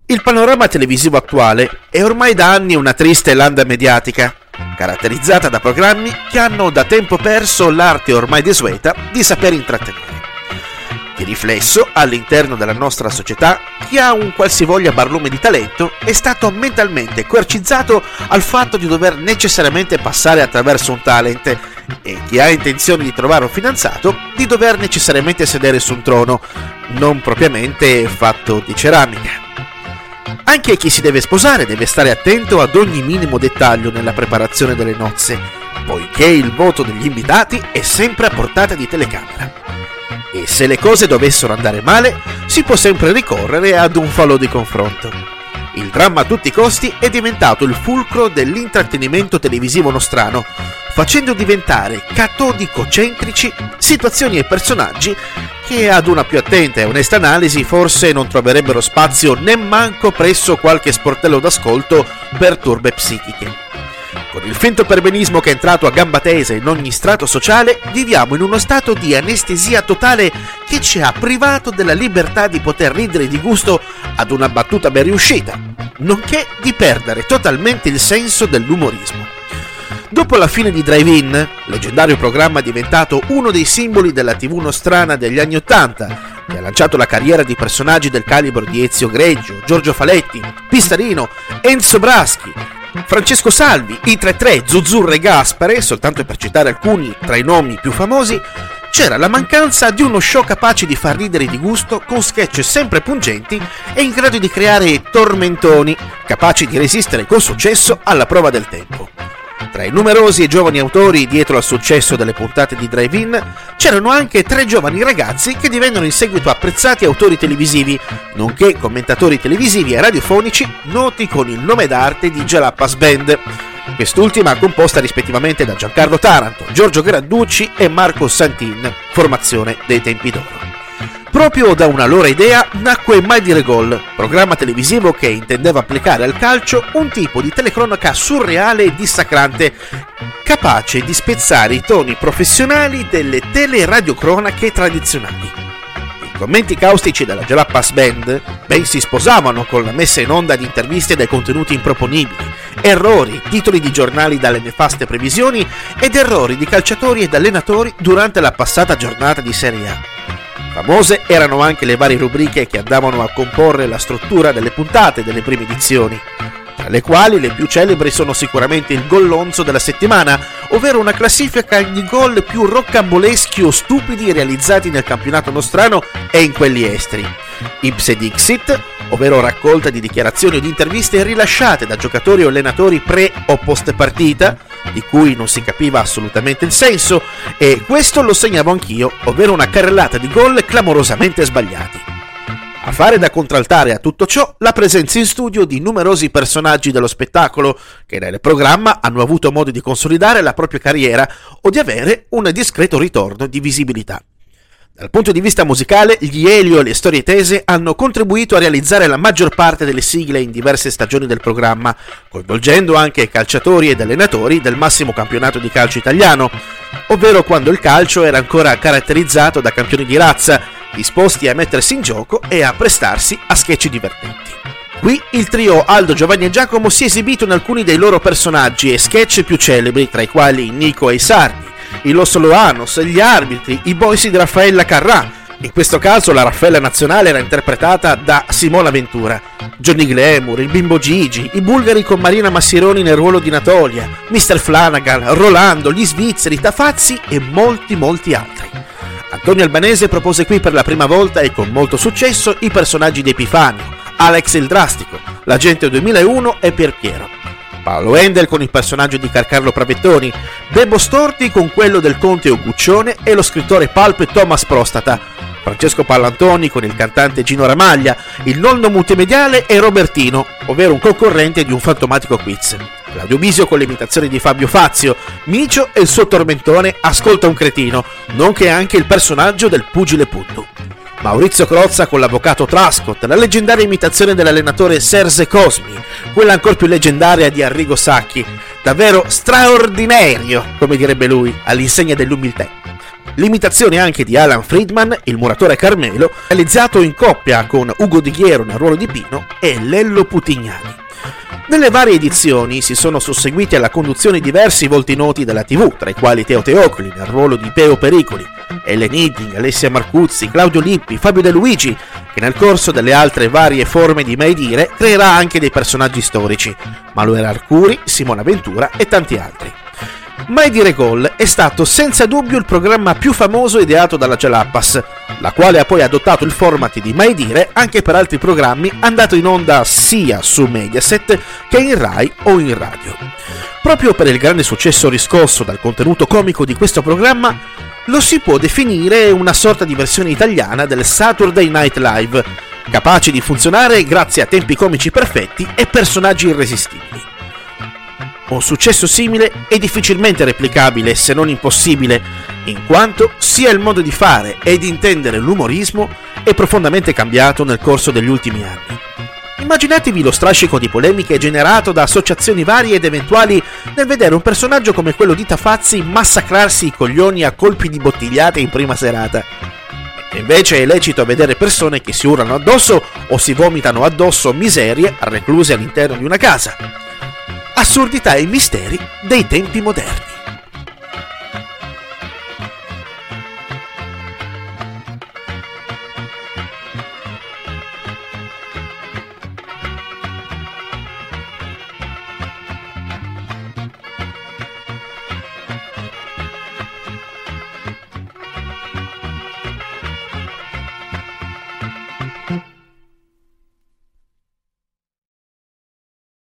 Il panorama televisivo attuale è ormai da anni una triste landa mediatica, caratterizzata da programmi che hanno da tempo perso l'arte ormai desueta di saper intrattenere. Di riflesso, all'interno della nostra società, chi ha un qualsivoglia barlume di talento è stato mentalmente coercizzato al fatto di dover necessariamente passare attraverso un talent e chi ha intenzione di trovare un fidanzato di dover necessariamente sedere su un trono, non propriamente fatto di ceramica. Anche chi si deve sposare deve stare attento ad ogni minimo dettaglio nella preparazione delle nozze, poiché il voto degli invitati è sempre a portata di telecamera. E se le cose dovessero andare male, si può sempre ricorrere ad un falò di confronto. Il dramma a tutti i costi è diventato il fulcro dell'intrattenimento televisivo nostrano, facendo diventare catodico-centrici situazioni e personaggi che ad una più attenta e onesta analisi forse non troverebbero spazio nemmanco presso qualche sportello d'ascolto per turbe psichiche. Con il finto perbenismo che è entrato a gamba tesa in ogni strato sociale, viviamo in uno stato di anestesia totale che ci ha privato della libertà di poter ridere di gusto ad una battuta ben riuscita, nonché di perdere totalmente il senso dell'umorismo. Dopo la fine di Drive-In, leggendario programma diventato uno dei simboli della TV nostrana degli anni '80, che ha lanciato la carriera di personaggi del calibro di Ezio Greggio, Giorgio Faletti, Pistarino, Enzo Braschi, Francesco Salvi, I33, Zuzzurra e Gaspare, soltanto per citare alcuni tra i nomi più famosi, c'era la mancanza di uno show capace di far ridere di gusto con sketch sempre pungenti e in grado di creare tormentoni, capaci di resistere con successo alla prova del tempo. Tra i numerosi e giovani autori dietro al successo delle puntate di Drive-In c'erano anche 3 giovani ragazzi che divennero in seguito apprezzati autori televisivi, nonché commentatori televisivi e radiofonici noti con il nome d'arte di Jalapas Band, quest'ultima composta rispettivamente da Giancarlo Taranto, Giorgio Gradducci e Marco Santin, formazione dei tempi d'oro. Proprio da una loro idea nacque Mai Dire Gol, programma televisivo che intendeva applicare al calcio un tipo di telecronaca surreale e dissacrante, capace di spezzare i toni professionali delle teleradiocronache tradizionali. I commenti caustici della Jalapas Band ben si sposavano con la messa in onda di interviste dai contenuti improponibili, errori, titoli di giornali dalle nefaste previsioni ed errori di calciatori ed allenatori durante la passata giornata di Serie A. Famose erano anche le varie rubriche che andavano a comporre la struttura delle puntate delle prime edizioni, tra le quali le più celebri sono sicuramente il gollonzo della settimana, ovvero una classifica di gol più roccamboleschi o stupidi realizzati nel campionato nostrano e in quelli esteri, Ipse Dixit, ovvero raccolta di dichiarazioni o di interviste rilasciate da giocatori o allenatori pre o post partita, di cui non si capiva assolutamente il senso, e questo lo segnavo anch'io, ovvero una carrellata di gol clamorosamente sbagliati. A fare da contraltare a tutto ciò la presenza in studio di numerosi personaggi dello spettacolo che nel programma hanno avuto modo di consolidare la propria carriera o di avere un discreto ritorno di visibilità. Dal punto di vista musicale, gli Elio e le storie tese hanno contribuito a realizzare la maggior parte delle sigle in diverse stagioni del programma, coinvolgendo anche calciatori ed allenatori del massimo campionato di calcio italiano, ovvero quando il calcio era ancora caratterizzato da campioni di razza, disposti a mettersi in gioco e a prestarsi a sketch divertenti. Qui il trio Aldo, Giovanni e Giacomo si è esibito in alcuni dei loro personaggi e sketch più celebri, tra i quali Nico e i Sardi, i Los Loanos, gli arbitri, i boys di Raffaella Carrà. In questo caso la Raffaella nazionale era interpretata da Simona Ventura, Johnny Glamour, il bimbo Gigi, i bulgari con Marina Massironi nel ruolo di Natolia, Mr. Flanagan, Rolando, gli svizzeri, Tafazzi e molti altri. Antonio Albanese propose qui per la prima volta e con molto successo i personaggi di Epifanio, Alex il Drastico, l'agente 2001 e Pierpiero. Paolo Endel con il personaggio di Carcarlo Pravettoni, Bebo Storti con quello del conte Oguccione e lo scrittore pulp Thomas Prostata, Francesco Pallantoni con il cantante Gino Ramaglia, il nonno multimediale e Robertino, ovvero un concorrente di un fantomatico quiz. Claudio Bisio con le imitazioni di Fabio Fazio, Micio e il suo tormentone Ascolta un cretino, nonché anche il personaggio del pugile Puntu. Maurizio Crozza con l'avvocato Trascott, la leggendaria imitazione dell'allenatore Serse Cosmi, quella ancora più leggendaria di Arrigo Sacchi, davvero straordinario, come direbbe lui, all'insegna dell'umiltà. l'imitazione anche di Alan Friedman, il muratore Carmelo, realizzato in coppia con Ugo Di Ghiero nel ruolo di Pino e Lello Putignani. Nelle varie edizioni si sono susseguiti alla conduzione diversi volti noti della TV, tra i quali Teo Teocoli nel ruolo di Peo Pericoli, Ellen Hidding, Alessia Marcuzzi, Claudio Lippi, Fabio De Luigi, che nel corso delle altre varie forme di Mai Dire creerà anche dei personaggi storici, Manuela Arcuri, Simona Ventura e tanti altri. Mai Dire Gol è stato senza dubbio il programma più famoso ideato dalla Jalapas, la quale ha poi adottato il format di Mai Dire anche per altri programmi andati in onda sia su Mediaset che in Rai o in radio. Proprio per il grande successo riscosso dal contenuto comico di questo programma, lo si può definire una sorta di versione italiana del Saturday Night Live, capace di funzionare grazie a tempi comici perfetti e personaggi irresistibili. Un successo simile è difficilmente replicabile, se non impossibile, in quanto sia il modo di fare e di intendere l'umorismo è profondamente cambiato nel corso degli ultimi anni. Immaginatevi lo strascico di polemiche generato da associazioni varie ed eventuali nel vedere un personaggio come quello di Tafazzi massacrarsi i coglioni a colpi di bottigliate in prima serata. E invece è lecito vedere persone che si urlano addosso o si vomitano addosso miserie recluse all'interno di una casa. Assurdità e misteri dei tempi moderni.